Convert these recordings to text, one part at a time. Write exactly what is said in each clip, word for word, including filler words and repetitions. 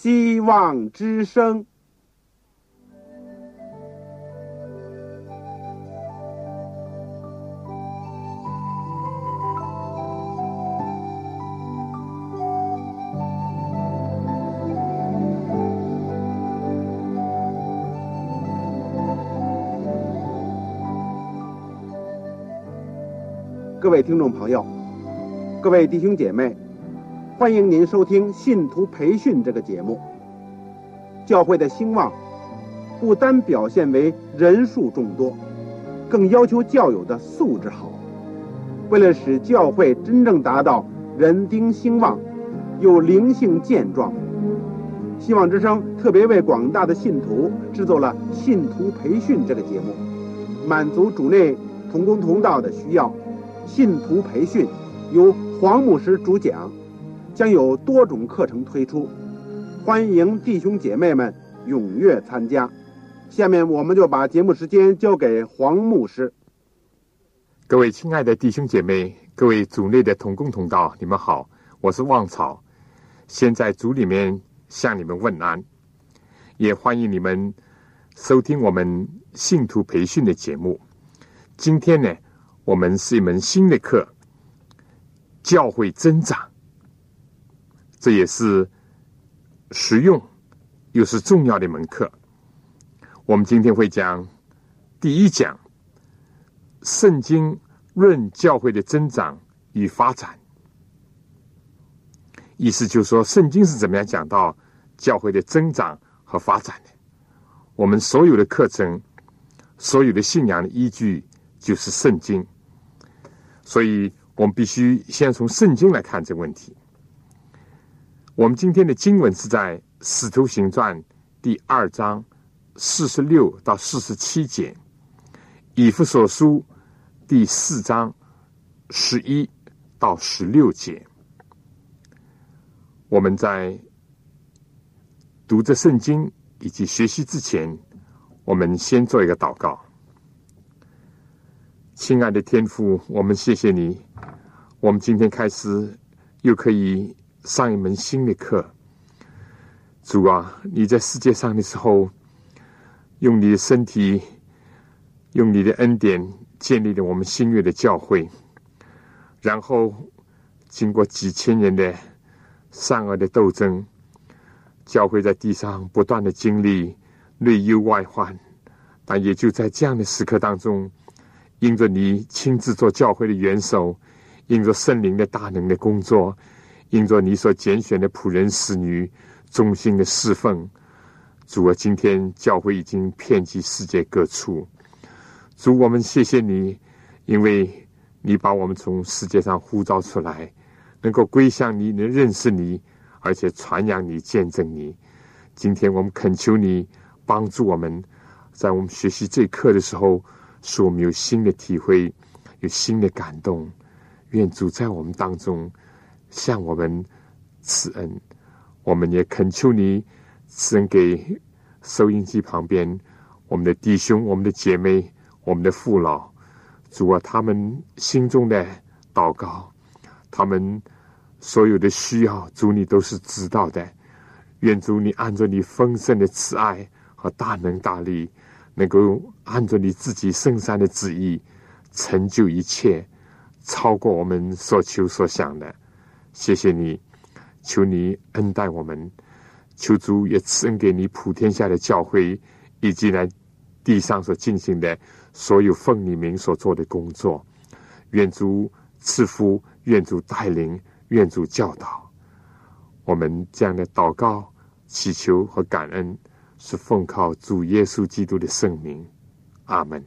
希望之声。各位听众朋友，各位弟兄姐妹，欢迎您收听信徒培训这个节目。教会的兴旺不单表现为人数众多，更要求教友的素质好。为了使教会真正达到人丁兴旺又灵性健壮，希望之声特别为广大的信徒制作了信徒培训这个节目，满足主内同工同道的需要。信徒培训由黄牧师主讲，将有多种课程推出，欢迎弟兄姐妹们踊跃参加。下面我们就把节目时间交给黄牧师。 各位亲爱的弟兄姐妹，各位主内的同工同道，你们好，我是旺草，先在主里面向你们问安，也欢迎你们收听我们信徒培训的节目。今天呢，我们是一门新的课，教会增长，这也是实用又是重要的一门课。我们今天会讲第一讲，圣经论教会的增长与发展。意思就是说，圣经是怎么样讲到教会的增长和发展的。我们所有的课程，所有的信仰的依据就是圣经，所以我们必须先从圣经来看这个问题。我们今天的经文是在《使徒行传》第二章四十六到四十七节，《以弗所书》第四章十一到十六节。我们在读着圣经以及学习之前，我们先做一个祷告。亲爱的天父，我们谢谢你，我们今天开始又可以上一门新的课。主啊，你在世界上的时候，用你的身体，用你的恩典建立了我们新约的教会，然后经过几千年的善恶的斗争，教会在地上不断的经历内忧外患，但也就在这样的时刻当中，因着你亲自做教会的元首，因着圣灵的大能的工作，因着你所拣选的仆人使女忠心的侍奉，主啊，今天教会已经遍及世界各处。主，我们谢谢你，因为你把我们从世界上呼召出来，能够归向你，能认识你，而且传扬你，见证你。今天我们恳求你帮助我们，在我们学习这课的时候，使我们有新的体会，有新的感动。愿主在我们当中向我们赐恩。我们也恳求你赐恩给收音机旁边我们的弟兄、我们的姐妹、我们的父老。主啊，他们心中的祷告，他们所有的需要，主你都是知道的。愿主你按照你丰盛的慈爱和大能大力，能够按照你自己圣善的旨意成就一切，超过我们所求所想的。谢谢你，求你恩待我们，求主也赐恩给你普天下的教会，以及在地上所进行的所有奉你名所做的工作。愿主赐福，愿主带领，愿主教导。我们这样的祷告、祈求和感恩，是奉靠主耶稣基督的圣名。阿们。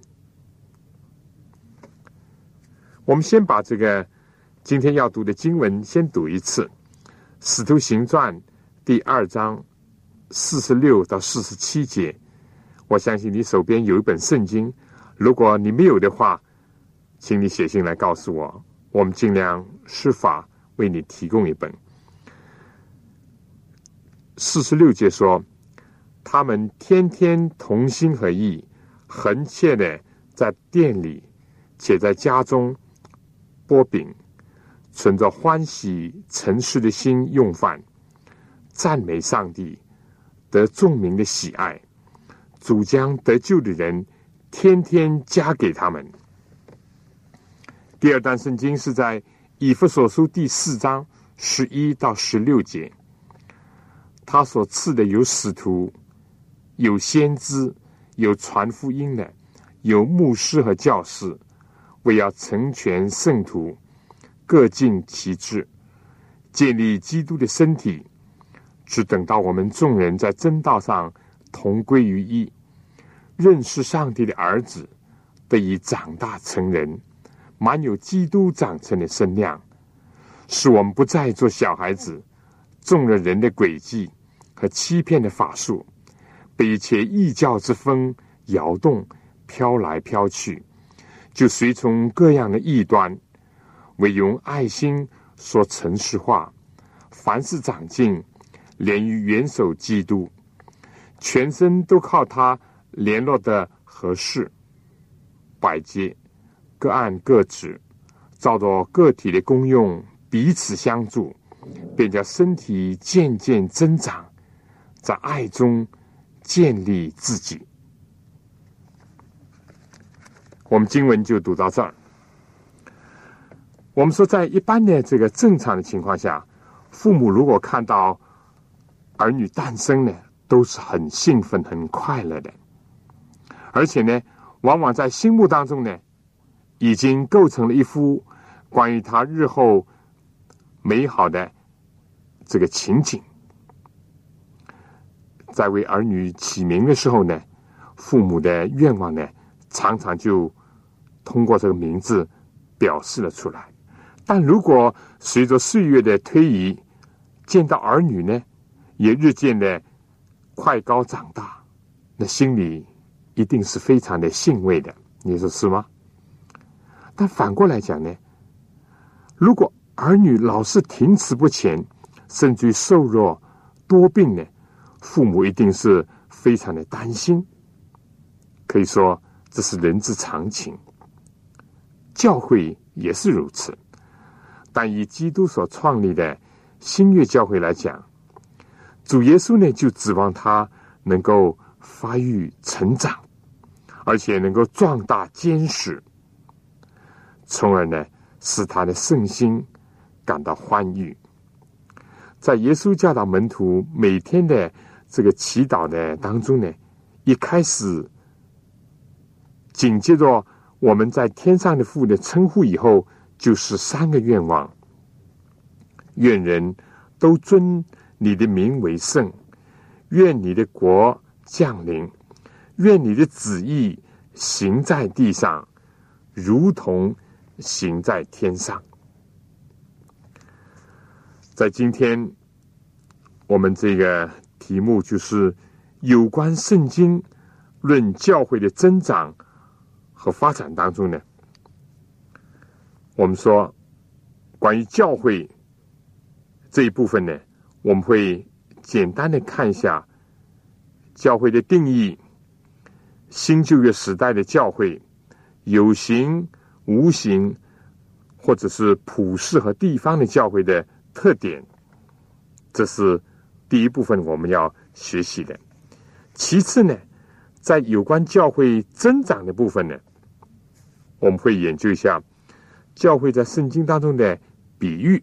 我们先把这个今天要读的经文先读一次，《使徒行传》第二章四十六到四十七节。我相信你手边有一本圣经，如果你没有的话，请你写信来告诉我，我们尽量施法为你提供一本。四十六节说，他们天天同心合意，恒切的在店里且在家中擘饼，存着欢喜诚实的心用饭，赞美上帝， 得众民的喜爱，主将得救的人天天加给他们。第二段圣经是在以弗所书第四章十一到十六节，他所赐的有使徒，有先知，有传福音的，有牧师和教士，为要成全圣徒，各尽其职，建立基督的身体，只等到我们众人在真道上同归于一，认识上帝的儿子，得以长大成人，满有基督长成的身量，使我们不再做小孩子，中了人的诡计和欺骗的法术，被一切异教之风摇动，飘来飘去，就随从各样的异端，唯用爱心说诚实话，凡事长进，连于元首基督，全身都靠他联络的合适，百节各按各职，照着个体的功用彼此相助，便叫身体渐渐增长，在爱中建立自己。我们经文就读到这儿。我们说，在一般的这个正常的情况下，父母如果看到儿女诞生呢，都是很兴奋、很快乐的，而且呢，往往在心目当中呢，已经构成了一幅关于他日后美好的这个情景。在为儿女起名的时候呢，父母的愿望呢，常常就通过这个名字表示了出来。但如果随着岁月的推移，见到儿女呢，也日渐的快高长大，那心里一定是非常的欣慰的，你说是吗？但反过来讲呢，如果儿女老是停滞不前，甚至于瘦弱多病呢，父母一定是非常的担心。可以说这是人之常情，教会也是如此。但以基督所创立的新约教会来讲，主耶稣呢，就指望他能够发育成长，而且能够壮大坚实，从而呢，使他的圣心感到欢愉。在耶稣教导门徒每天的这个祈祷的当中呢，一开始紧接着我们在天上的父的称呼以后，就是三个愿望：愿人都尊你的名为圣，愿你的国降临，愿你的旨意行在地上，如同行在天上。在今天我们这个题目就是有关圣经论教会的增长和发展当中呢，我们说关于教会这一部分呢，我们会简单的看一下教会的定义，新旧约时代的教会有形无形或者是普世和地方的教会的特点，这是第一部分我们要学习的。其次呢，在有关教会增长的部分呢，我们会研究一下教会在圣经当中的比喻，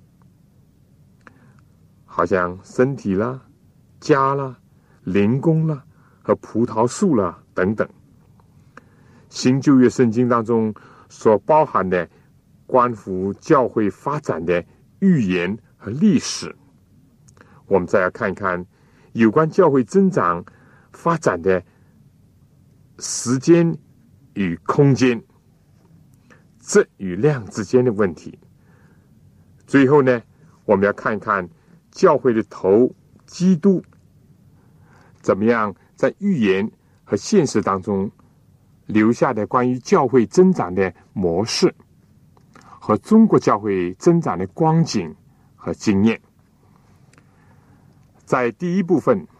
好像身体啦、家啦、灵宫啦和葡萄树啦等等。新旧约圣经当中所包含的关乎教会发展的预言和历史，我们再来看一看有关教会增长发展的时间与空间、质与量之间的问题。最后呢，我们要看一看教会的头基督怎么样在预言和现实当中留下的关于教会增长的模式和中国教会增长的光景和经验。在第一部分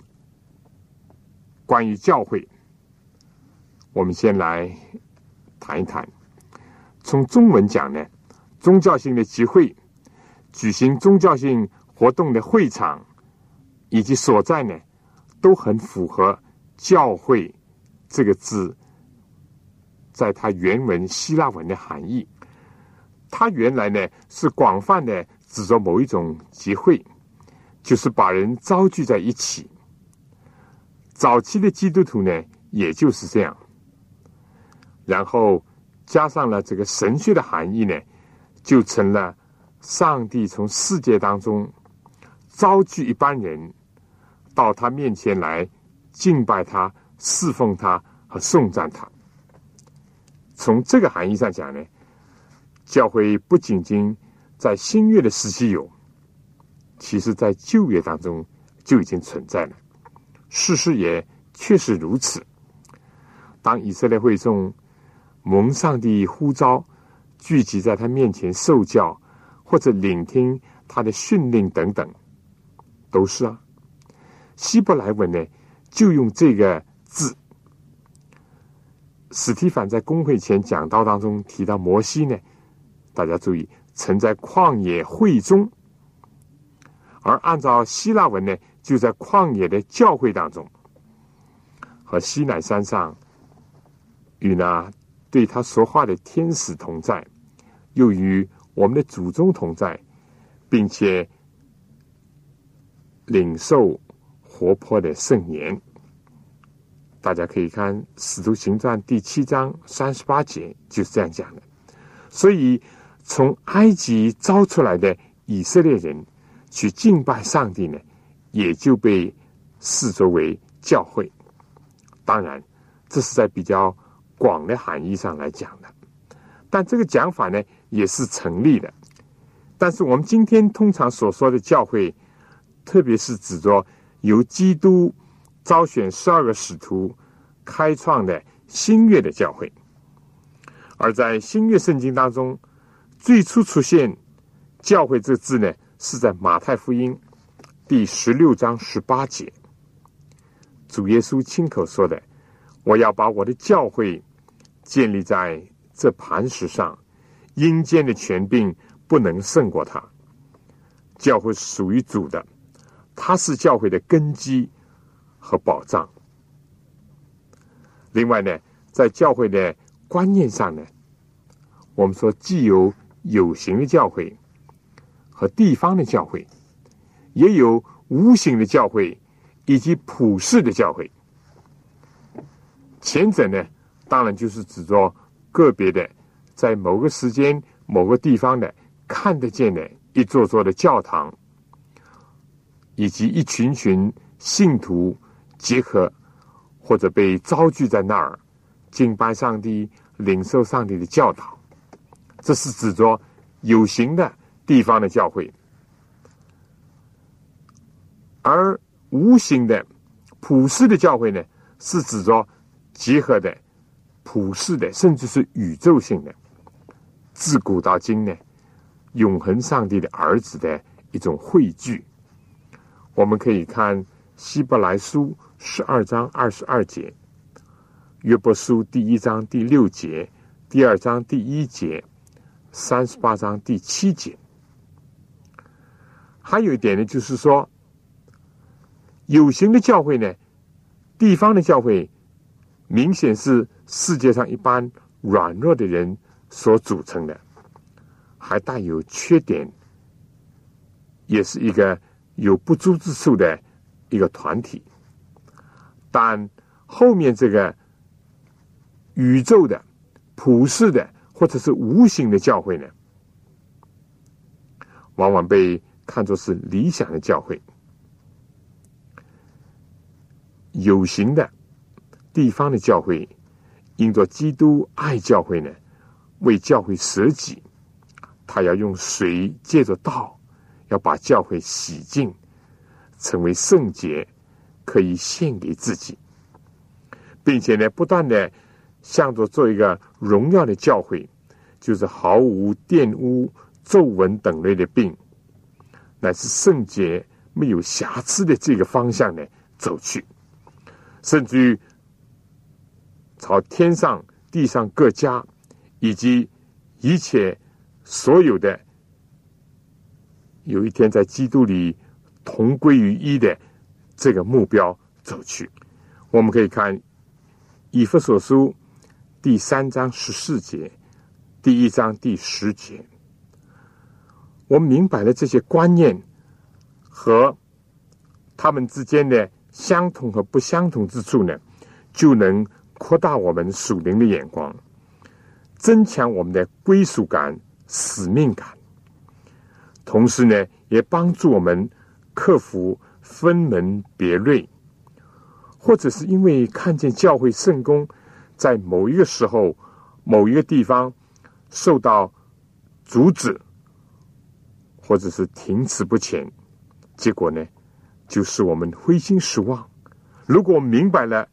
关于教会，我们先来谈一谈。从中文讲呢，宗教性的集会、举行宗教性活动的会场以及所在呢， 都很符合教会这个字在它原文希腊文的含义。它原来呢是广泛的指着某一种集会，就是把人招聚在一起。早期的基督徒呢也就是这样，然后加上了这个神学的含义呢，就成了上帝从世界当中招聚一般人到他面前来敬拜他、侍奉他和颂赞他。从这个含义上讲呢，教会不仅仅在新约的时期有，其实在旧约当中就已经存在了。事实也确实如此。当以色列会众蒙上帝呼召，聚集在他面前受教，或者聆听他的训令等等，都是啊。希伯来文呢，就用这个字。史提反在公会前讲道当中提到摩西呢，大家注意，曾在旷野会中，而按照希腊文呢，就在旷野的教会当中，和西乃山上与那对他说话的天使同在，又与我们的祖宗同在，并且领受活泼的圣言。大家可以看《使徒行传》第七章三十八节，就是这样讲的。所以从埃及招出来的以色列人去敬拜上帝呢，也就被视作为教会。当然这是在比较广的含义上来讲的，但这个讲法呢也是成立的。但是我们今天通常所说的教会，特别是指着由基督招选十二个使徒开创的新约的教会。而在新约圣经当中，最初出现教会这个字呢，是在马太福音第十六章十八节，主耶稣亲口说的：我要把我的教会建立在这磐石上，阴间的权柄不能胜过它。教会是属于主的，它是教会的根基和保障。另外呢，在教会的观念上呢，我们说既有有形的教会和地方的教会，也有无形的教会以及普世的教会。前者呢，当然就是指着个别的在某个时间某个地方的看得见的一座座的教堂，以及一群群信徒结合或者被招聚在那儿敬拜上帝、领受上帝的教导。这是指着有形的地方的教会。而无形的普世的教会呢，是指着结合的普世的，甚至是宇宙性的，自古到今呢，永恒上帝的儿子的一种汇聚。我们可以看希伯来书十二章二十二节，约伯书第一章第六节，第二章第一节，三十八章第七节。还有一点呢，就是说有形的教会呢，地方的教会明显是世界上一般软弱的人所组成的，还带有缺点，也是一个有不足之处的一个团体。但后面这个宇宙的、普世的或者是无形的教会呢，往往被看作是理想的教会。有形的地方的教会，因着基督爱教会呢，为教会舍己，他要用水借着道，要把教会洗净，成为圣洁，可以献给自己，并且呢，不断的向着做一个荣耀的教会，就是毫无玷污、皱纹等类的病，乃是圣洁、没有瑕疵的这个方向呢走去，甚至于朝天上、地上各家以及一切所有的有一天在基督里同归于一的这个目标走去。我们可以看以弗所书第三章十四节，第一章第十节。我们明白了这些观念和他们之间的相同和不相同之处呢，就能扩大我们属灵的眼光，增强我们的归属感、使命感，同时呢，也帮助我们克服分门别类，或者是因为看见教会圣工在某一个时候、某一个地方受到阻止，或者是停滞不前，结果呢，就使我们灰心失望。如果我们明白了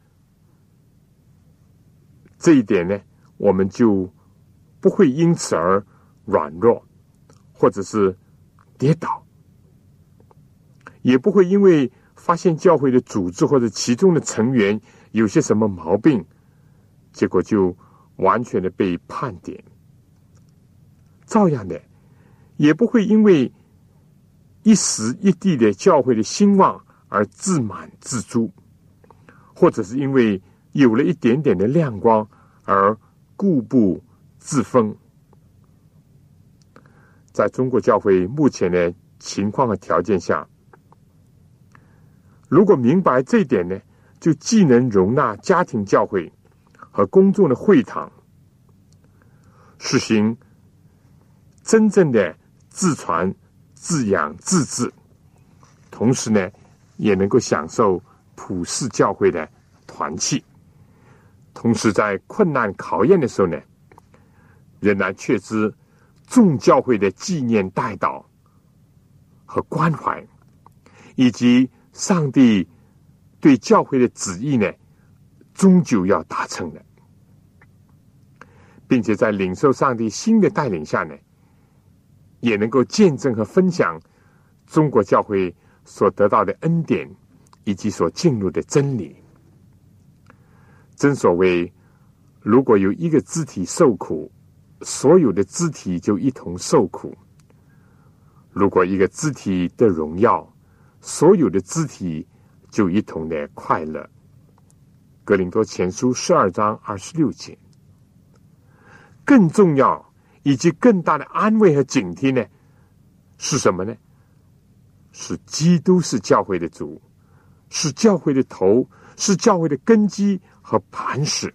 这一点呢，我们就不会因此而软弱，或者是跌倒，也不会因为发现教会的组织或者其中的成员有些什么毛病，结果就完全的被判点。照样的，也不会因为一时一地的教会的兴旺而自满自足，或者是因为有了一点点的亮光而固步自封。在中国教会目前的情况和条件下，如果明白这一点呢，就既能容纳家庭教会和公众的会堂，实行真正的自传、自养、自治，同时呢，也能够享受普世教会的团契。同时在困难考验的时候呢，仍然确知众教会的纪念代祷和关怀，以及上帝对教会的旨意呢，终究要达成的，并且在领受上帝新的带领下呢，也能够见证和分享中国教会所得到的恩典以及所进入的真理。正所谓，如果有一个肢体受苦，所有的肢体就一同受苦；如果一个肢体得荣耀，所有的肢体就一同的快乐。哥林多前书十二章二十六节。更重要以及更大的安慰和警惕呢，是什么呢？是基督是教会的主，是教会的头，是教会的根基和磐石。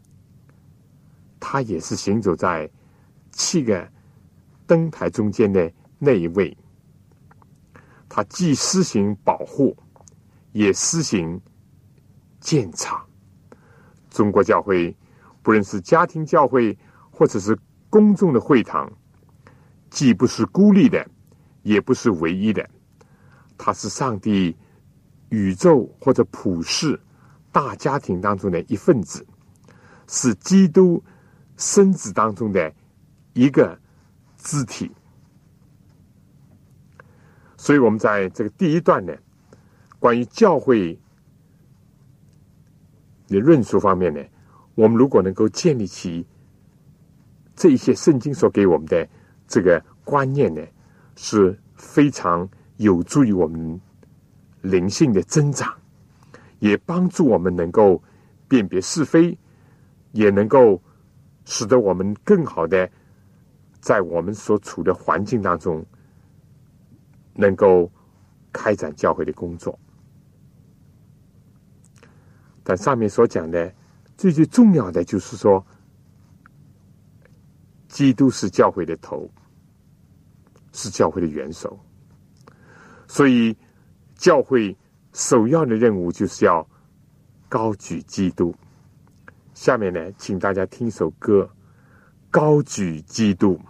他也是行走在七个灯台中间的那一位。他既施行保护，也施行监察。中国教会不论是家庭教会或者是公众的会堂，既不是孤立的，也不是唯一的，它是上帝宇宙或者普世大家庭当中的一份子，是基督身子当中的一个肢体。所以我们在这个第一段呢，关于教会的论述方面呢，我们如果能够建立起这一些圣经所给我们的这个观念呢，是非常有助于我们灵性的增长，也帮助我们能够辨别是非，也能够使得我们更好的在我们所处的环境当中能够开展教会的工作。但上面所讲的最最重要的就是说，基督是教会的头，是教会的元首，所以教会首要的任务就是要高举基督。下面呢，请大家听一首歌，高举基督。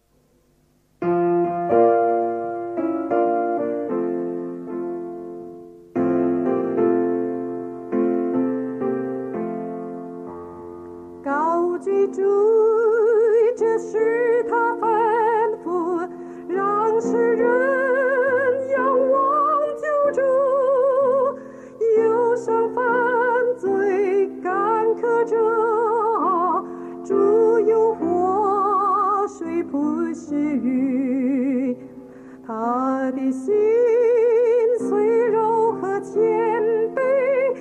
高举主，这是他吩咐，让世人仰望救主。忧伤犯罪干渴者，主有活水不是雨。他的心虽柔和谦卑，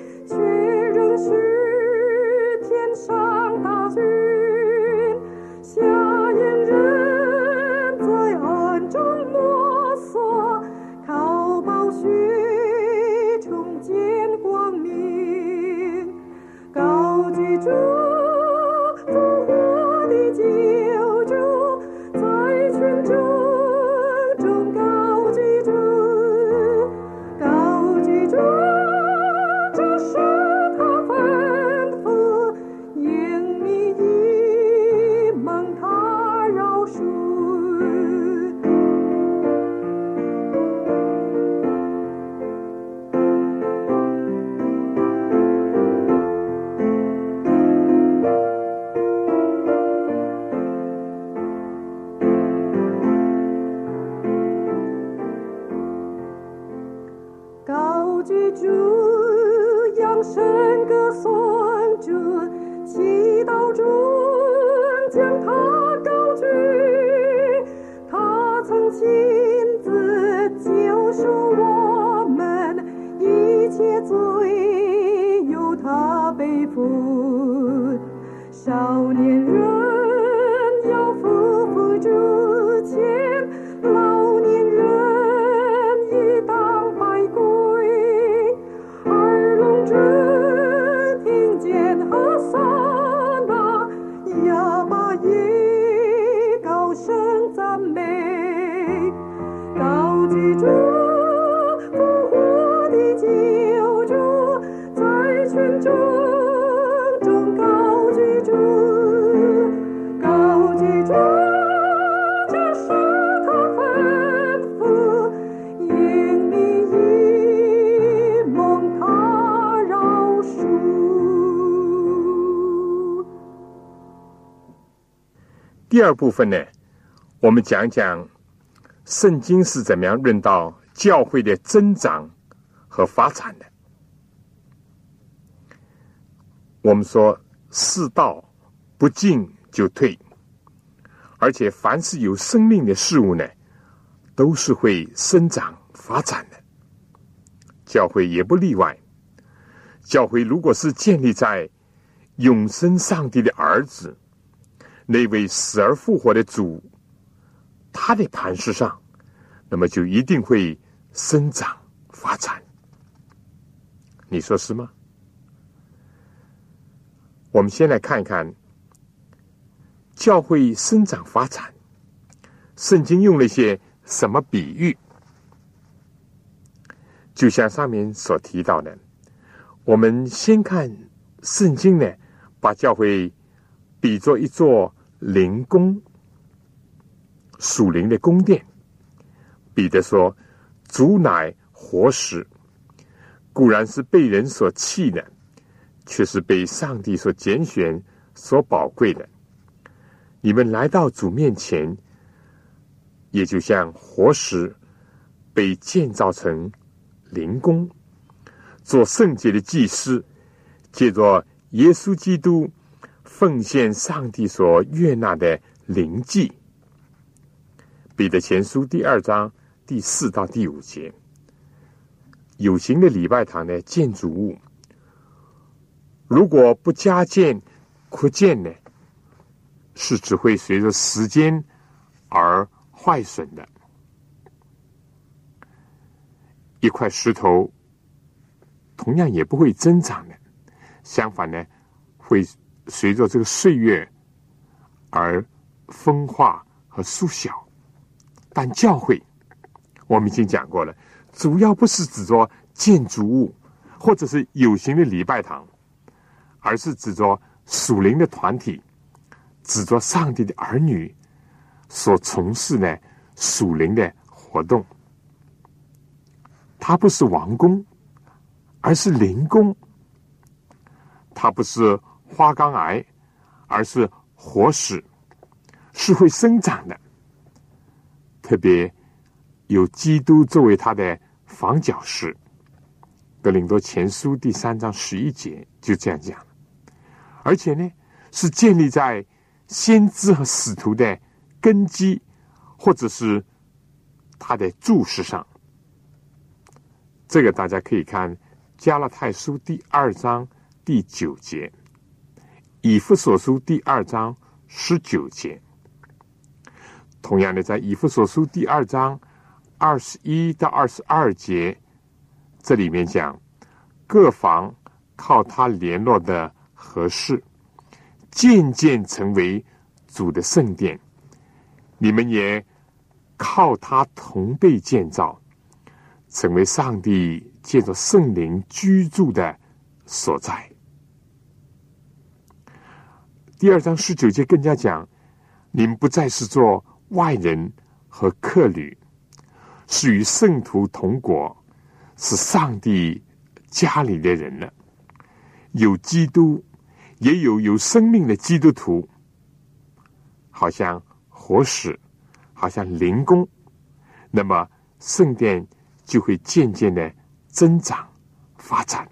是他吩咐，因你已蒙他饶恕。高举主，扬声歌颂主，祈祷主，将他高举。他曾亲自救赎我们，一切罪由他背负。少年人要匍匐主前，老年人已当百归。耳聋者听见和散那，哑巴也高声赞美。高举主，复活的救主，在群众中高举主，高举主，这是他吩咐，因你已蒙他饶恕。 第二部分呢，我们讲讲圣经是怎么样论到教会的增长和发展的。我们说世道不进就退，而且凡是有生命的事物呢，都是会生长发展的，教会也不例外。教会如果是建立在永生上帝的儿子，那位死而复活的主他的磐石上，那么就一定会生长发展。你说是吗？我们先来看一看教会生长发展，圣经用了一些什么比喻。就像上面所提到的，我们先看圣经呢，把教会比作一座灵宫，属灵的宫殿。彼得说，主乃活石，固然是被人所弃的，却是被上帝所拣选所宝贵的。你们来到主面前，也就像活石被建造成灵宫，做圣洁的祭司，借着耶稣基督奉献上帝所悦纳的灵祭。彼得前书第二章第四到第五节，有形的礼拜堂的建筑物，如果不加建扩建呢，是只会随着时间而坏损的。一块石头同样也不会增长的，相反呢，会随着这个岁月而风化和缩小。但教会我们已经讲过了，主要不是指着建筑物或者是有形的礼拜堂，而是指着属灵的团体，指着上帝的儿女所从事的属灵的活动。它不是王宫，而是灵宫；它不是花岗岩，而是活石，是会生长的。特别有基督作为他的房角石，哥林多前书第三章十一节就这样讲。而且呢，是建立在先知和使徒的根基，或者是他的柱石上。这个大家可以看加拉太书第二章第九节，以弗所书第二章十九节。同样的，在以弗所书第二章二十一到二十二节，这里面讲各房靠他联络的合适，渐渐成为主的圣殿，你们也靠他同被建造，成为上帝借着圣灵居住的所在。第二章十九节更加讲，你们不再是做外人和客旅，是与圣徒同国，是上帝家里的人了。有基督，也有有生命的基督徒，好像活石，好像灵宫，那么圣殿就会渐渐的增长发展。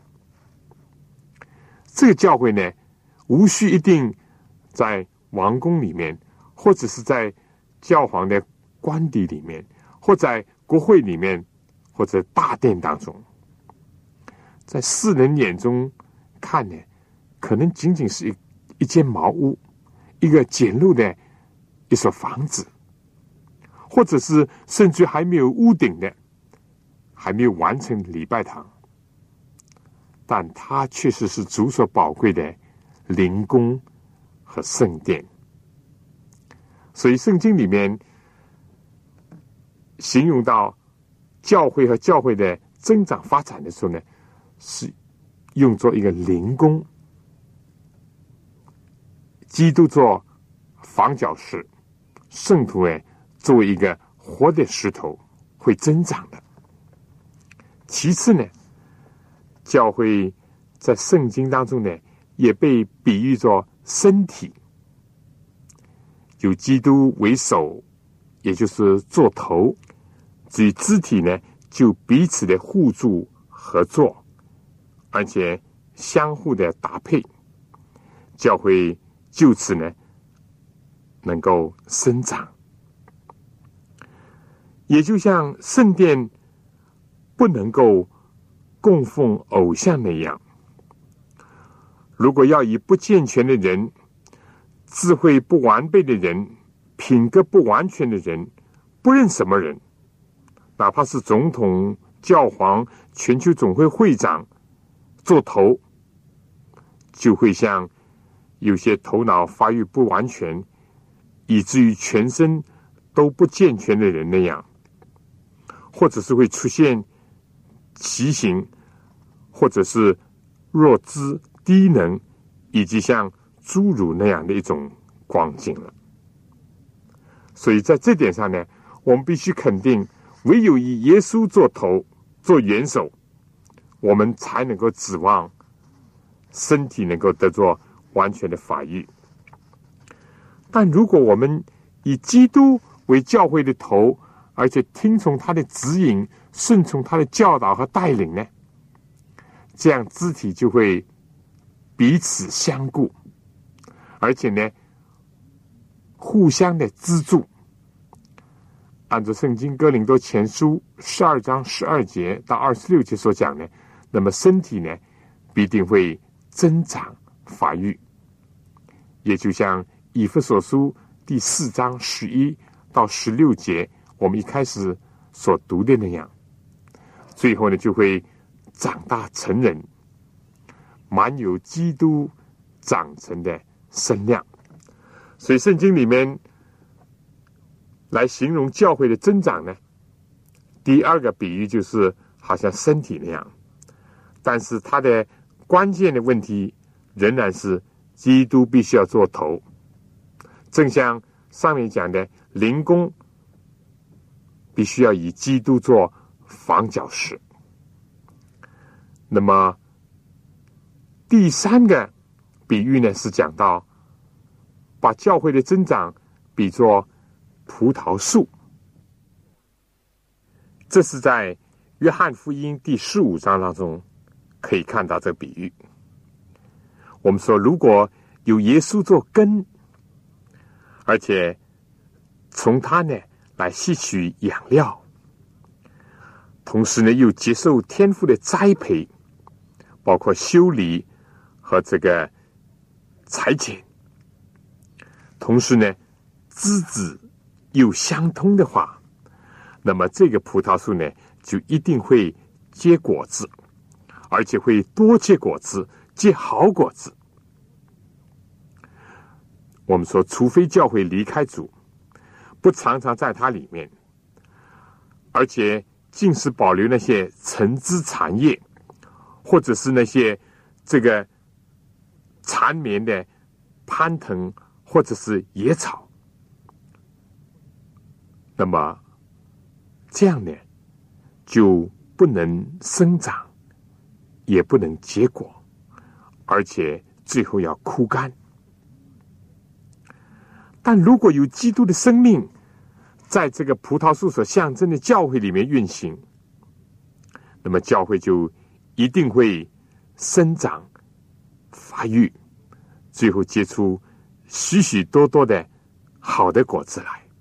这个教会呢，无需一定在王宫里面，或者是在教皇的官邸里面，或在国会里面，或者大殿当中。在世人眼中看呢，可能仅仅是一一间茅屋，一个简陋的一所房子，或者是甚至还没有屋顶的，还没有完成礼拜堂，但它确实是主所宝贵的灵宫和圣殿。所以圣经里面形容到教会和教会的增长发展的时候呢，是用作一个灵宫，基督做房角石，圣徒呢作为一个活的石头会增长的。其次呢，教会在圣经当中呢也被比喻作身体，有基督为首，也就是做头，至于肢体呢就彼此的互助合作，而且相互的搭配，教会就此呢能够生长。也就像圣殿不能够供奉偶像那样，如果要以不健全的人、智慧不完备的人、品格不完全的人、不认什么人，哪怕是总统、教皇、全球总会会长做头，就会像有些头脑发育不完全，以至于全身都不健全的人那样，或者是会出现畸形，或者是弱智低能，以及像侏儒那样的一种光景了。所以在这点上呢，我们必须肯定，唯有以耶稣做头做元首，我们才能够指望身体能够得着完全的发育。但如果我们以基督为教会的头，而且听从他的指引，顺从他的教导和带领呢，这样肢体就会彼此相顾，而且呢互相的资助。按照圣经哥林多前书十二章十二节到二十六节所讲呢，那么身体呢必定会增长发育，也就像以弗所书第四章十一到十六节我们一开始所读的那样，最后呢就会长大成人，满有基督长成的身量。所以圣经里面来形容教会的增长呢，第二个比喻就是好像身体那样，但是它的关键的问题仍然是基督必须要做头，正像上面讲的灵宫必须要以基督做房角石。那么第三个比喻呢，是讲到把教会的增长比作葡萄树，这是在约翰福音第十五章当中可以看到这个比喻。我们说，如果有耶稣做根，而且从他呢来吸取养料，同时呢又接受天父的栽培，包括修理和这个裁剪，同时呢枝子又相通的话，那么这个葡萄树呢就一定会结果子，而且会多结果子，结好果子。我们说，除非教会离开主，不常常在它里面，而且尽是保留那些陈枝残叶，或者是那些这个缠绵的攀藤或者是野草，那么这样呢就不能生长，也不能结果，而且最后要枯干。但如果有基督的生命在这个葡萄树所象征的教会里面运行，那么教会就一定会生长发育，最后结出许许多多的好的果子来。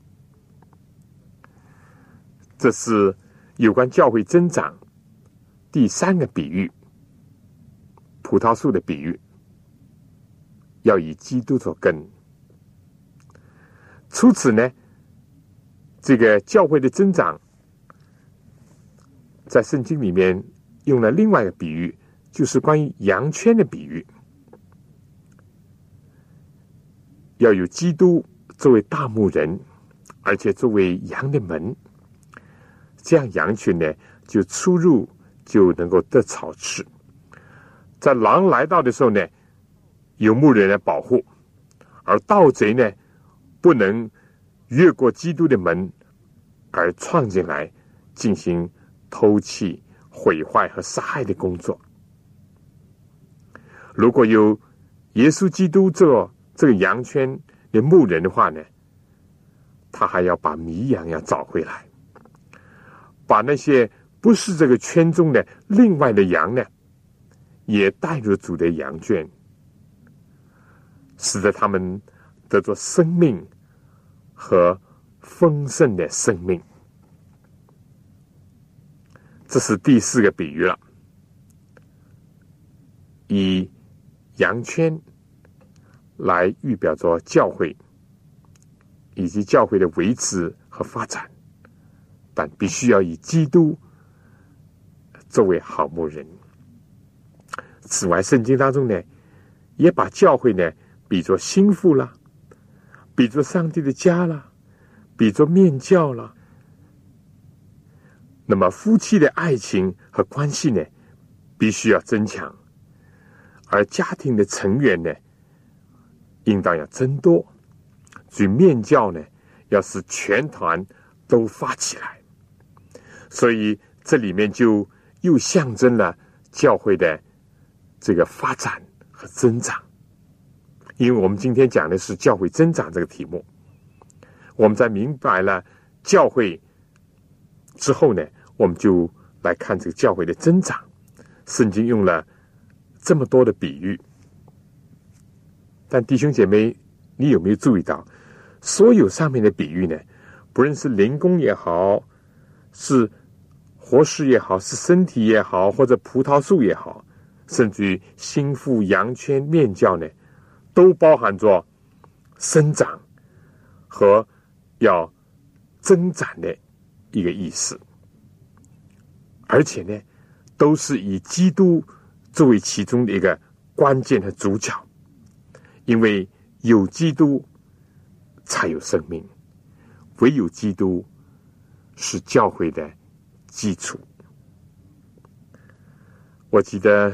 这是有关教会增长第三个比喻，葡萄树的比喻，要以基督做根。除此呢，这个教会的增长在圣经里面用了另外一个比喻，就是关于羊圈的比喻，要有基督作为大牧人，而且作为羊的门，这样羊群呢就出入就能够得草吃。在狼来到的时候呢，有牧人来保护，而盗贼呢不能越过基督的门而闯进来进行偷窃、毁坏和杀害的工作。如果有耶稣基督做这个羊圈的牧人的话呢，他还要把迷羊要找回来，把那些不是这个圈中的另外的羊呢也带入主的羊圈，使得他们得着生命和丰盛的生命。这是第四个比喻了，以羊圈来预表着教会以及教会的维持和发展，但必须要以基督作为好牧人。此外，圣经当中呢也把教会呢比作心腹啦，比作上帝的家啦，比作面教啦。那么夫妻的爱情和关系呢必须要增强，而家庭的成员呢应当要增多。所以面教呢要使全团都发起来，所以这里面就又象征了教会的这个发展和增长。因为我们今天讲的是教会增长这个题目，我们在明白了教会之后呢，我们就来看这个教会的增长。圣经用了这么多的比喻，但弟兄姐妹，你有没有注意到，所有上面的比喻呢，不论是灵宫也好，是活石也好，是身体也好，或者葡萄树也好，甚至于心腹、羊圈、面教呢，都包含着生长和要增长的一个意思，而且呢都是以基督作为其中的一个关键和主角。因为有基督才有生命，唯有基督是教会的基础。我记得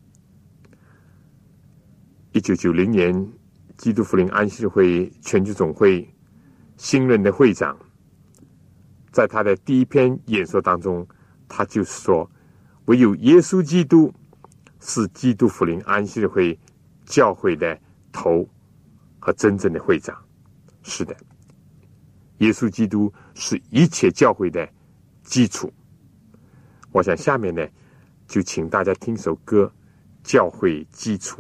一九九零年基督福临安息会全球总会新任的会长，在他的第一篇演说当中，他就是说，唯有耶稣基督是基督福临安息会教会的头和真正的会长。是的，耶稣基督是一切教会的基础。我想下面呢，就请大家听首歌《教会基础》。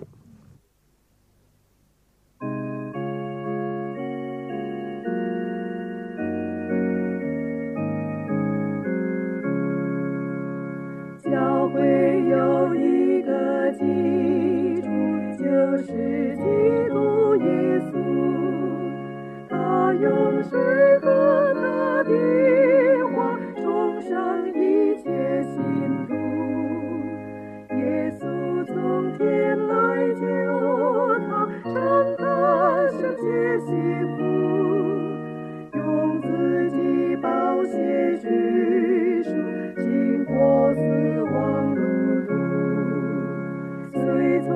教会有一个基础，就是基督耶稣，他用水和他的话重生一切信徒。耶稣从天来救他，承担世界幸福，用自己宝血许赎，经过死亡路途，随从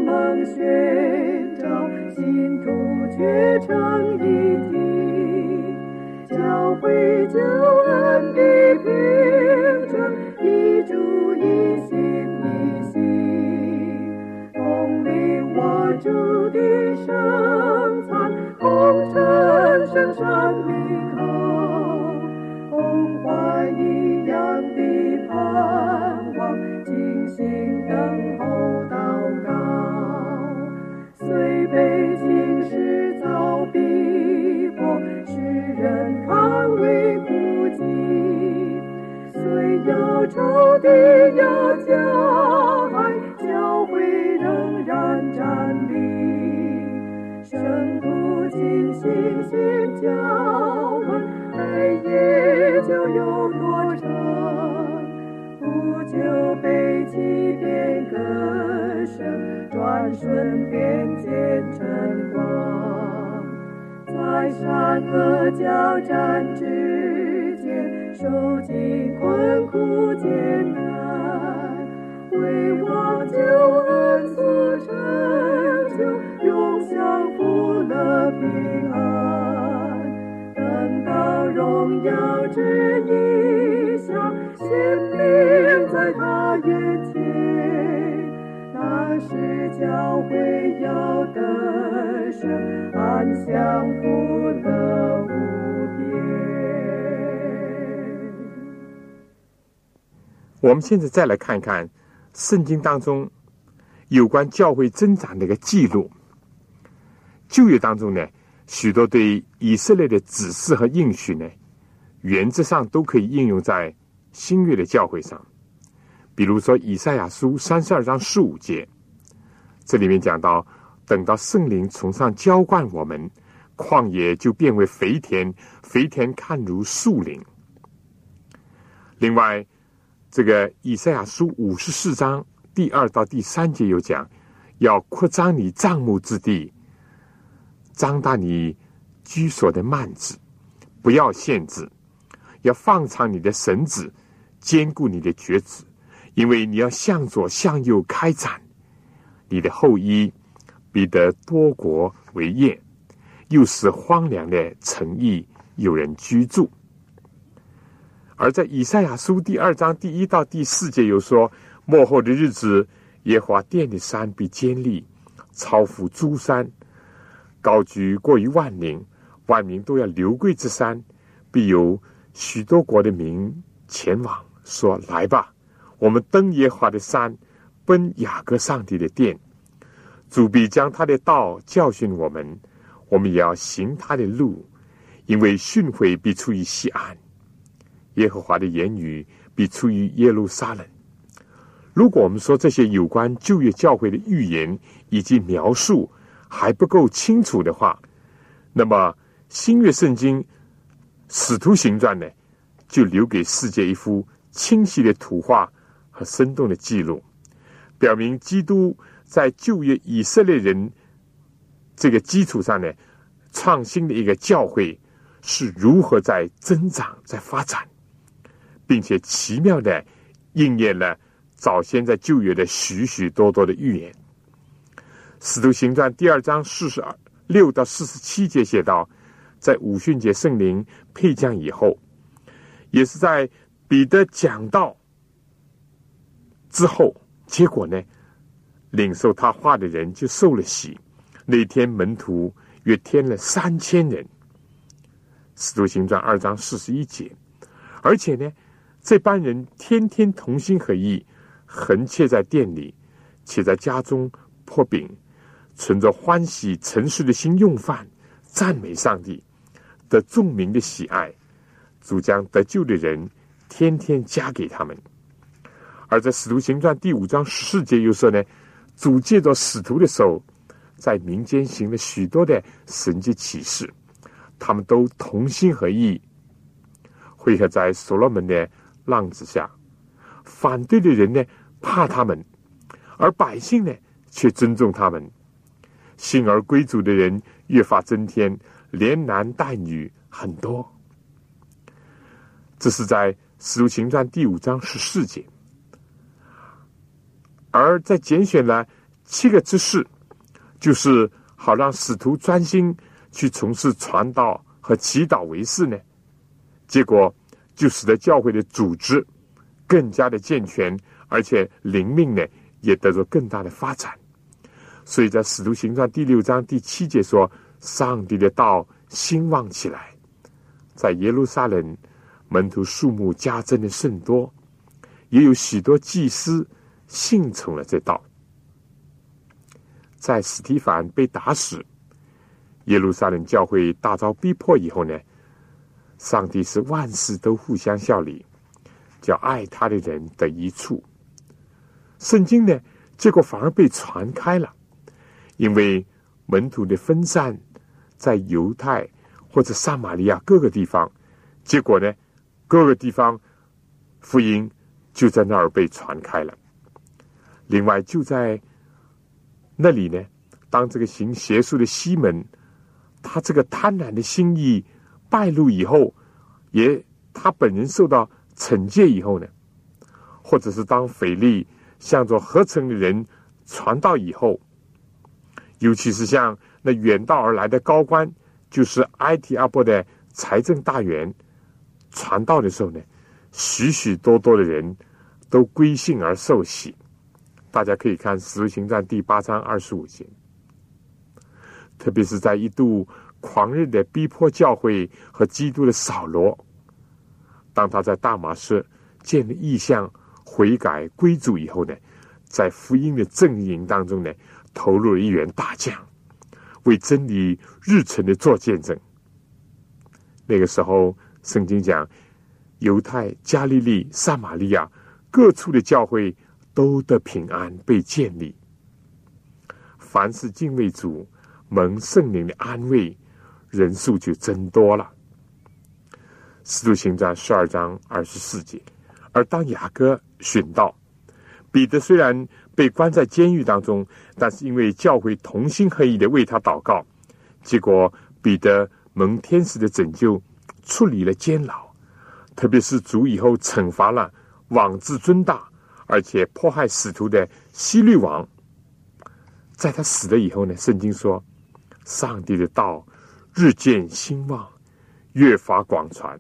梦寻找，信徒却成一体，教会救恩的凭证，一主一心一心，同领我主的圣餐，同称圣神名号，同怀一样的盼望，静心等候祷告，虽被情势遭逼迫，世人看为孤寂，虽有仇敌有加害，教会仍然站立，圣徒尽心心交换，爱也就有多长，不久被欺骗歌声，转瞬便见晨光，在善恶交战之间，受尽困苦艰难，为望救恩所成就，永享福乐平安，等到荣耀之意象显明在他眼前，那时教会要得胜，安享福乐无边。 我们现在再来看看圣经当中有关教会增长的一个记录。旧约当中呢，许多对以色列的指示和应许呢，原则上都可以应用在新约的教会上。比如说以赛亚书三十二章十五节，这里面讲到，等到圣灵从上浇灌我们，旷野就变为肥田，肥田看如树林。另外这个以赛亚书五十四章第二到第三节有讲，要扩张你帐幕之地，张大你居所的幔子，不要限制，要放长你的绳子，坚固你的橛子，因为你要向左向右开展，你的后裔必得多国为业，又使荒凉的城邑有人居住。而在以赛亚书第二章第一到第四节有说，末后的日子，耶和华殿的山必坚立，超乎诸山，高举过于万民，万民都要流归之山，必有许多国的民前往，说，来吧，我们登耶和华的山，奔雅各上帝的殿，主必将他的道教训我们，我们也要行他的路，因为训诲必出于西安，耶和华的言语必出于耶路撒冷。如果我们说这些有关旧约教会的预言以及描述还不够清楚的话，那么新约圣经使徒行传呢，就留给世界一幅清晰的图画和生动的记录，表明基督在旧约以色列人这个基础上呢，创新的一个教会是如何在增长在发展，并且奇妙的应验了早先在旧约的许许多多的预言。使徒行传第二章四十六到四十七节写道，在五旬节圣灵配降以后，也是在彼得讲道之后，结果呢，领受他话的人就受了洗。那天门徒约添了三千人。使徒行传二章四十一节，而且呢，这班人天天同心合意，横切在店里，且在家中破饼，存着欢喜诚实的心用饭，赞美上帝，得众民的喜爱。主将得救的人天天加给他们。而在使徒行传第五章十四节又说呢，主借着使徒的手，在民间行了许多的神迹奇事，他们都同心合意，汇合在所罗门的浪子下。反对的人呢，怕他们，而百姓呢，却尊重他们。信而归主的人越发增添，连男带女很多。这是在使徒行传第五章十四节。而在拣选了七个指示，就是好让使徒专心去从事传道和祈祷为事呢？结果就使得教会的组织更加的健全，而且灵命呢也得到更大的发展。所以在使徒行传第六章第七节说，上帝的道兴旺起来，在耶路撒冷门徒数目加增的甚多，也有许多祭司信从了这道。在史提反被打死，耶路撒冷教会大遭逼迫以后呢，上帝是万事都互相效力，叫爱他的人得益处。圣经呢，结果反而被传开了，因为门徒的分散在犹太或者撒玛利亚各个地方，结果呢，各个地方福音就在那儿被传开了。另外，就在那里呢，当这个行邪术的西门，他这个贪婪的心意败露以后，也他本人受到惩戒以后呢，或者是当腓力向着合成的人传道以后，尤其是像那远道而来的高官，就是埃提阿波的财政大员传道的时候呢，许许多多的人都归信而受洗。大家可以看《使徒行传》第八章二十五节。特别是在一度狂热的逼迫教会和基督的扫罗，当他在大马士见了异象，悔改归主以后呢，在福音的阵营当中呢，投入了一员大将，为真理日程的做见证。那个时候圣经讲，犹太、加利利、撒玛利亚各处的教会都得平安被建立。凡是敬畏主蒙圣灵的安慰，人数就增多了。使徒行传十二章二十四节。而当雅各殉道，彼得虽然被关在监狱当中，但是因为教会同心合意的为他祷告，结果彼得蒙天使的拯救，处理了监牢。特别是主以后惩罚了妄自尊大而且迫害使徒的希律王，在他死了以后呢，圣经说上帝的道日渐兴旺，越发广传。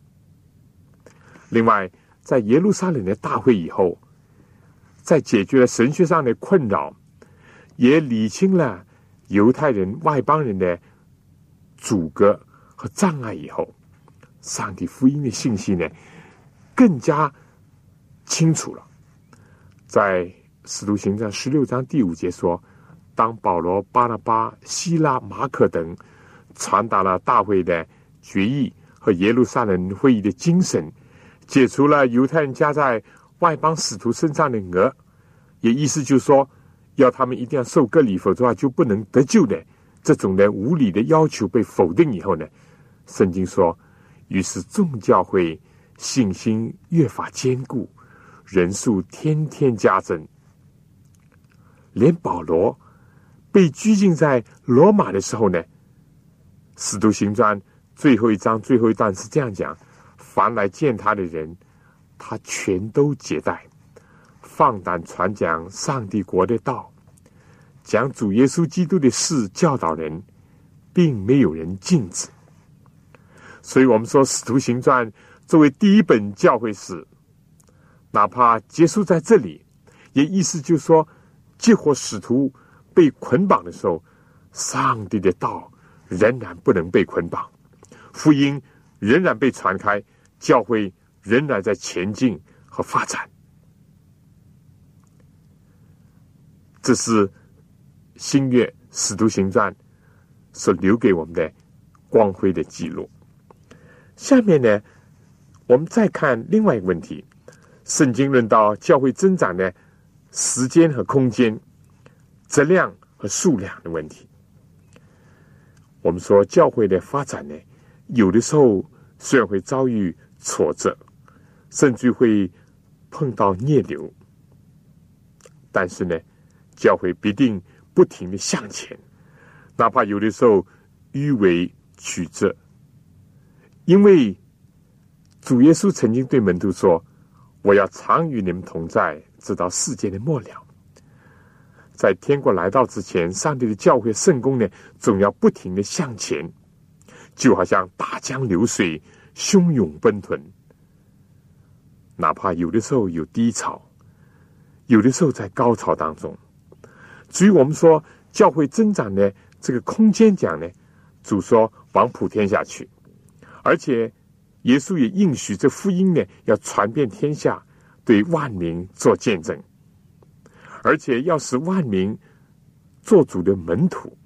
另外，在耶路撒冷的大会以后，在解决了神学上的困扰，也理清了犹太人外邦人的阻隔和障碍以后，上帝福音的信息呢更加清楚了。在使徒行传十六章第五节说，当保罗、巴拿巴、希拉、马可等传达了大会的决议和耶路撒冷会议的精神，解除了犹太人加在外邦使徒身上的讹，也意思就是说要他们一定要受割礼，否则的话就不能得救的这种的无理的要求被否定以后呢，圣经说于是众教会信心越发坚固，人数天天加增。连保罗被拘禁在罗马的时候呢，使徒行传最后一章最后一段是这样讲，凡来见他的人，他全都接待，放胆传讲上帝国的道，讲主耶稣基督的事教导人，并没有人禁止。所以我们说使徒行传作为第一本教会史，哪怕结束在这里，也意思就是说结果使徒被捆绑的时候，上帝的道仍然不能被捆绑，福音仍然被传开，教会仍然在前进和发展。这是新约使徒行传所留给我们的光辉的记录。下面呢，我们再看另外一个问题，圣经论到教会增长的时间和空间、质量和数量的问题。我们说教会的发展呢，有的时候虽然会遭遇挫折，甚至会碰到逆流，但是呢，教会必定不停地向前，哪怕有的时候迂回曲折。因为主耶稣曾经对门徒说，我要常与你们同在，直到世界的末了。 在天国来到之前，上帝的教会圣工呢，总要不停的向前，就好像大江流水，汹涌奔腾。哪怕有的时候有低潮，有的时候在高潮当中。至于我们说教会增长的这个空间讲呢，主说往普天下去，而且耶稣也应许这福音呢要传遍天下，对万民做见证，而且要使万民做主的门徒。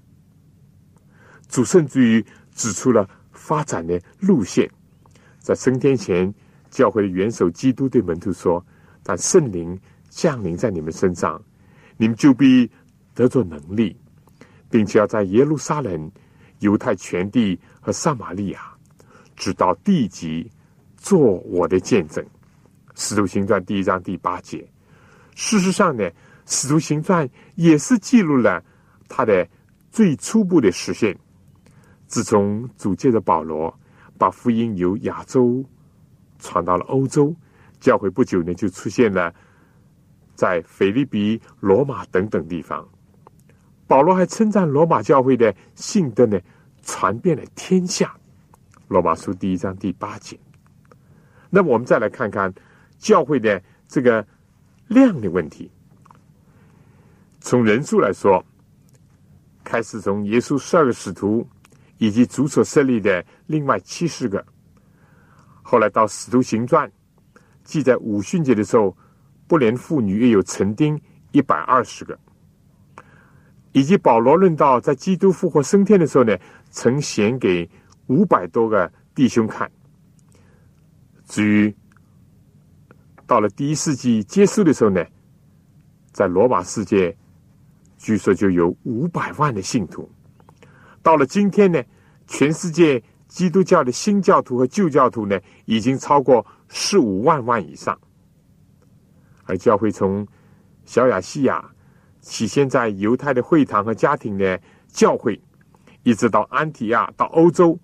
主甚至于指出了发展的路线。在升天前，教会的元首基督对门徒说，但圣灵降临在你们身上，你们就必得着能力，并且要在耶路撒冷、犹太全地和撒玛利亚直到地极做我的见证。使徒行传第一章第八节。事实上呢，使徒行传也是记录了他的最初步的实现。自从主借着保罗把福音由亚洲传到了欧洲，教会不久呢就出现了在腓立比、罗马等等地方。保罗还称赞罗马教会的信德呢传遍了天下，罗马书第一章第八节。那么我们再来看看教会的这个量的问题。从人数来说，开始从耶稣十二个使徒以及主所设立的另外七十个，后来到使徒行传记在五旬节的时候，不连妇女也有成丁一百二十个，以及保罗论到在基督复活升天的时候呢，曾显给五百多个弟兄看。至于到了第一世纪结束的时候呢，在罗马世界据说就有五百万的信徒。到了今天呢，全世界基督教的新教徒和旧教徒呢，已经超过十五万万以上。而教会从小亚细亚起先在犹太的会堂和家庭的教会，一直到安提亚，到欧洲，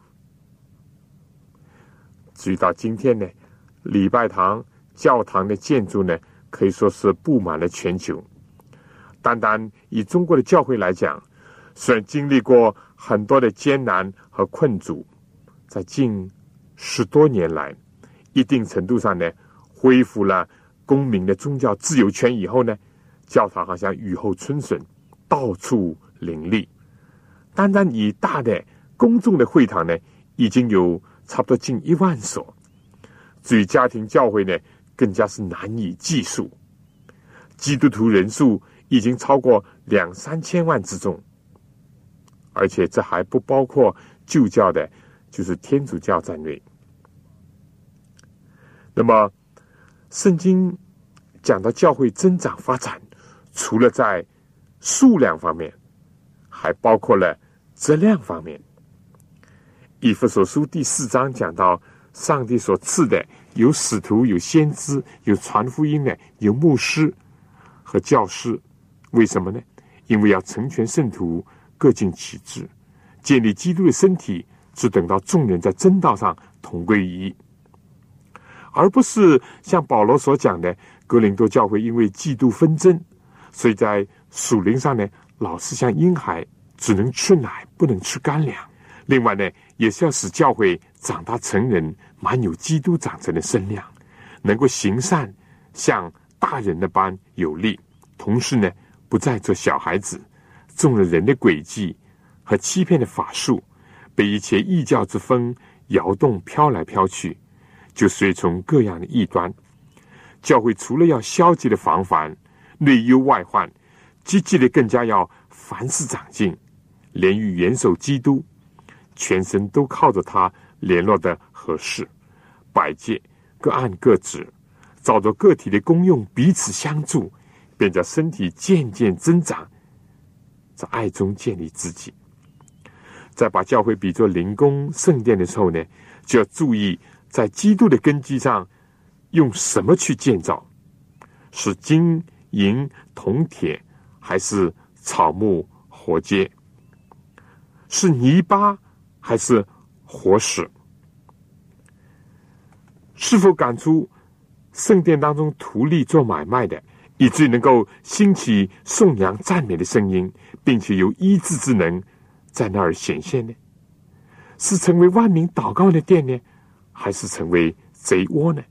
至于到今天呢，礼拜堂、教堂的建筑呢，可以说是布满了全球。单单以中国的教会来讲，虽然经历过很多的艰难和困阻，在近十多年来，一定程度上呢，恢复了公民的宗教自由权以后呢，教堂好像雨后春笋，到处林立。单单以大的公众的会堂呢，已经有差不多近一万所。至于家庭教会呢，更加是难以计数。基督徒人数已经超过两三千万之众，而且这还不包括旧教的，就是天主教在内。那么圣经讲到教会增长发展，除了在数量方面，还包括了质量方面。以弗所书第四章讲到，上帝所赐的有使徒、有先知、有传福音的、有牧师和教师。为什么呢？因为要成全圣徒，各尽其职，建立基督的身体，只等到众人在真道上同归于一，而不是像保罗所讲的，哥林多教会因为嫉妒纷争，所以在属灵上呢，老是像婴孩，只能吃奶，不能吃干粮。另外呢，也是要使教会长大成人，满有基督长成的身量，能够行善，像大人那般有力。同时呢，不再做小孩子，中了人的诡计和欺骗的法术，被一切异教之风摇动飘来飘去，就随从各样的异端。教会除了要消极的防范，内忧外患，积极的更加要凡事长进，连于元首基督，全身都靠着他联络的合适，百界各按各职，照着个体的功用彼此相助，便叫身体渐渐增长，在爱中建立自己。在把教会比作灵宫圣殿的时候呢，就要注意在基督的根基上用什么去建造，是金银铜铁，还是草木活秸，是泥巴还是活石？是否赶出圣殿当中图利做买卖的， 以至于能够兴起颂扬赞美的声音，并且有医治之能在那儿显现呢？是成为万民祷告的殿呢，还是成为贼窝呢？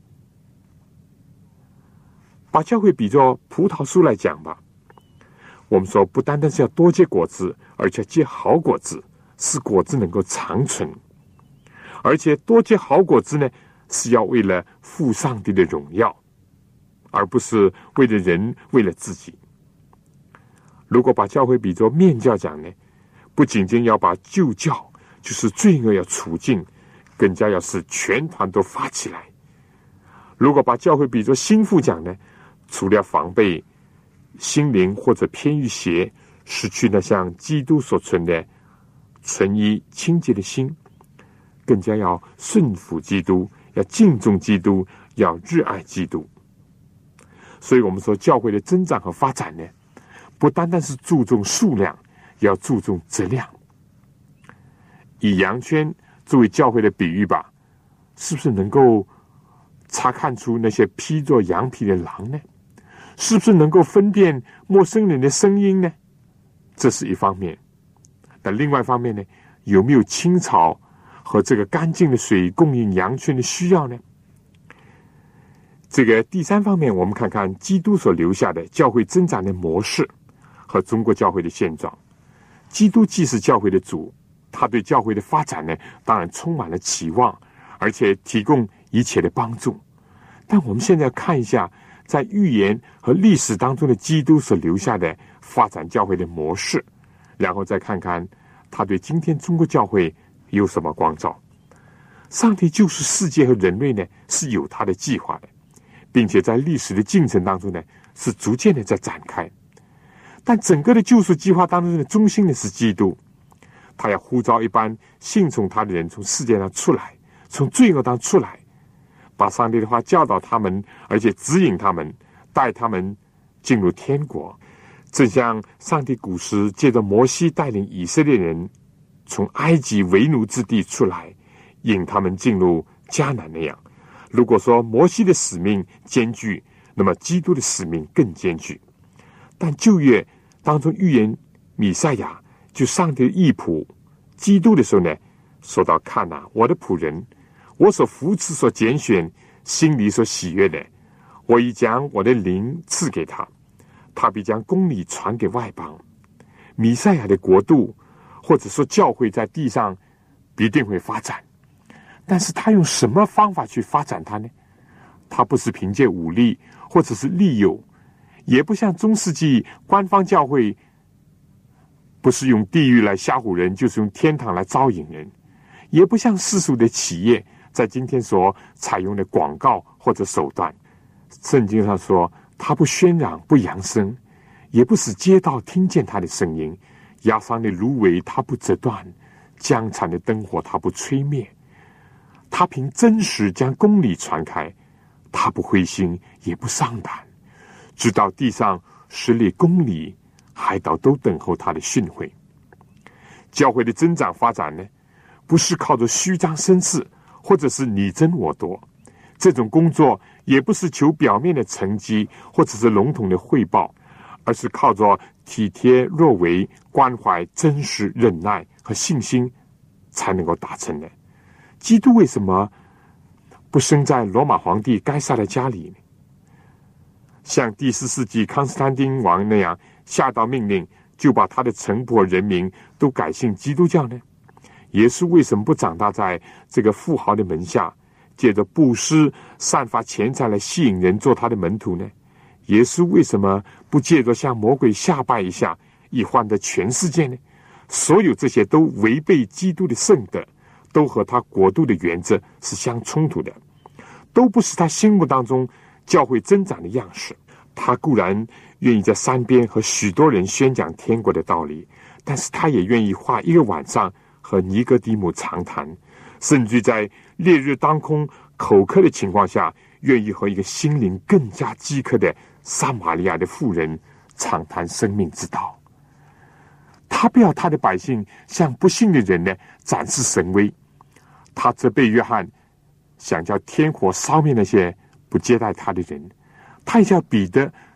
把教会比作葡萄树来讲吧，我们说不单单是要多结果子，而且结好果子，使果子能够长存。而且多结好果子呢，是要为了父上帝的荣耀，而不是为了人，为了自己。如果把教会比作面教讲呢，不仅仅要把旧教，就是罪恶要除尽，更加要使全团都发起来。如果把教会比作心腹讲呢，除了防备心灵或者偏于邪，失去那像基督所存的纯一清洁的心，更加要顺服基督，要敬重基督，要热爱基督。所以我们说教会的增长和发展呢，不单单是注重数量，也要注重质量。以羊圈作为教会的比喻吧，是不是能够查看出那些披着羊皮的狼呢？是不是能够分辨陌生人的声音呢？这是一方面。那另外一方面呢，有没有青草和这个干净的水供应羊圈的需要呢？这个第三方面，我们看看基督所留下的教会增长的模式和中国教会的现状。基督既是教会的主，他对教会的发展呢，当然充满了期望，而且提供一切的帮助。但我们现在看一下，在预言和历史当中的基督所留下的发展教会的模式，然后再看看他对今天中国教会有什么光照。上帝救赎世界和人类呢，是有他的计划的，并且在历史的进程当中呢，是逐渐的在展开。但整个的救赎计划当中的中心呢，是基督。他要呼召一般信从他的人从世界上出来，从罪恶当中出来，把上帝的话教导他们，而且指引他们，带他们进入天国。正像上帝古时借着摩西带领以色列人从埃及为奴之地出来，引他们进入迦南那样。如果说摩西的使命艰巨，那么基督的使命更艰巨。但旧约当中预言弥赛亚，就上帝的义仆基督的时候呢，说到看啊，我的仆人，我所扶持所拣选，心里所喜悦的，我已将我的灵赐给他，他必将公理传给外邦。弥赛亚的国度，或者说教会在地上必定会发展，但是他用什么方法去发展它呢？他不是凭借武力或者是利诱，也不像中世纪官方教会，不是用地狱来吓唬人，就是用天堂来招引人，也不像世俗的企业在今天所采用的广告或者手段。圣经上说，他不喧嚷，不扬声，也不使街道听见他的声音，压伤的芦苇他不折断，将残的灯火他不吹灭。他凭真实将公理传开，他不灰心，也不丧胆，直到地上十里公里，海岛都等候他的训诲。教会的增长发展呢，不是靠着虚张声势，或者是你争我夺，这种工作也不是求表面的成绩，或者是笼统的汇报，而是靠着体贴若为、关怀、真实、忍耐和信心才能够达成的。基督为什么不生在罗马皇帝该撒的家里呢？像第四世纪康斯坦丁王那样下道命令，就把他的臣仆和人民都改信基督教呢？耶稣为什么不长大在这个富豪的门下，借着布施散发钱财来吸引人做他的门徒呢？耶稣为什么不借着向魔鬼下拜一下，以换得全世界呢？所有这些都违背基督的圣德，都和他国度的原则是相冲突的，都不是他心目当中教会增长的样式。他固然愿意在山边和许多人宣讲天国的道理，但是他也愿意花一个晚上和尼哥底母长谈，甚至在烈日当空口渴的情况下，愿意和一个心灵更加饥渴的撒玛利亚的妇人长谈生命之道。他不要他的百姓向不信的人呢展示神威，他责备约翰想叫天火烧灭那些不接待他的人，他也叫彼得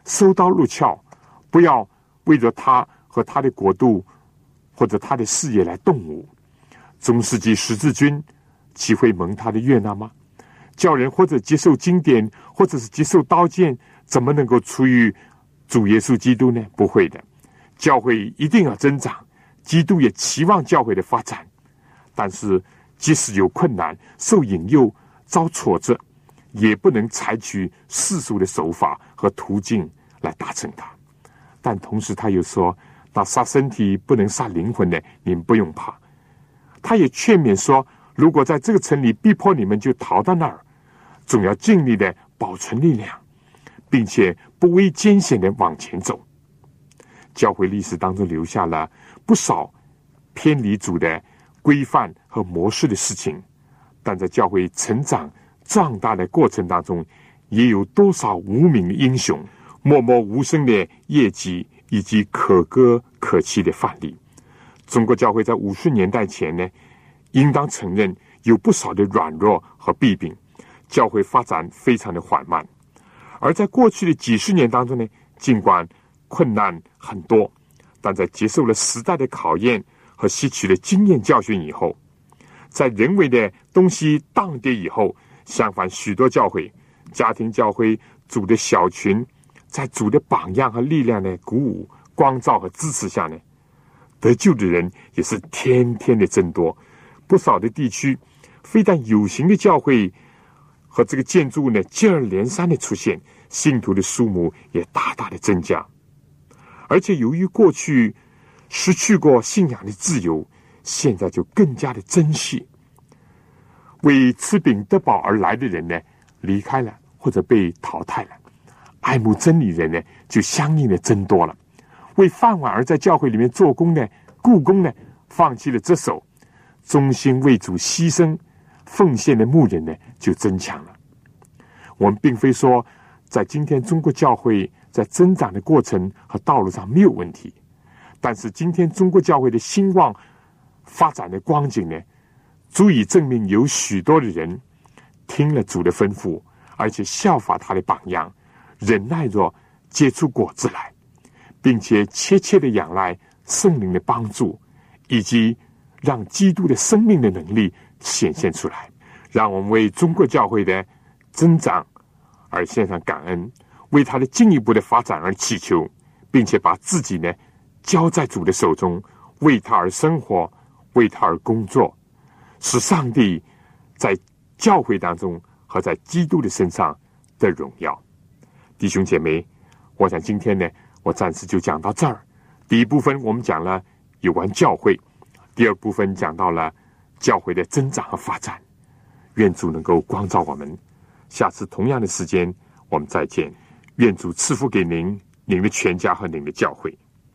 收刀入鞘，不要为着他和他的国度或者他的事业来动武。中世纪十字军岂会蒙他的悦纳吗？叫人或者接受经典，或者是接受刀剑，怎么能够出于主耶稣基督呢？不会的。教会一定要增长，基督也期望教会的发展。但是即使有困难、受引诱、遭挫折，也不能采取世俗的手法和途径来达成它。但同时他又说，那杀身体不能杀灵魂的，你们不用怕。他也劝勉说，如果在这个城里逼迫你们，就逃到那儿，总要尽力的保存力量，并且不畏艰险的往前走。教会历史当中留下了不少偏离主的规范和模式的事情，但在教会成长壮大的过程当中，也有多少无名的英雄、默默无声的业绩以及可歌可泣的范例。中国教会在五十年代前呢，应当承认有不少的软弱和弊病，教会发展非常的缓慢。而在过去的几十年当中呢，尽管困难很多，但在接受了时代的考验和吸取了经验教训以后，在人为的东西荡跌以后，相反许多教会、家庭教会、主的小群，在主的榜样和力量的鼓舞、光照和支持下呢，得救的人也是天天的增多。不少的地区，非但有形的教会和这个建筑物呢接二连三的出现，信徒的数目也大大的增加。而且由于过去失去过信仰的自由，现在就更加的珍惜。为吃饼得饱而来的人呢，离开了或者被淘汰了；爱慕真理人呢，就相应的增多了。为饭碗而在教会里面做工呢，雇工呢，放弃了这手，忠心为主牺牲奉献的牧人呢，就增强了。我们并非说在今天中国教会在增长的过程和道路上没有问题，但是今天中国教会的兴旺发展的光景呢，足以证明有许多的人听了主的吩咐，而且效法他的榜样，忍耐着结出果子来，并且切切的仰赖圣灵的帮助，以及让基督的生命的能力显现出来。让我们为中国教会的增长而献上感恩，为他的进一步的发展而祈求，并且把自己呢交在主的手中，为他而生活，为他而工作，使上帝在教会当中和在基督的身上的荣耀。弟兄姐妹，我想今天呢，我暂时就讲到这儿。第一部分我们讲了有关教会，第二部分讲到了教会的增长和发展。愿主能够光照我们，下次同样的时间我们再见。愿主赐福给您、您的全家和您的教会。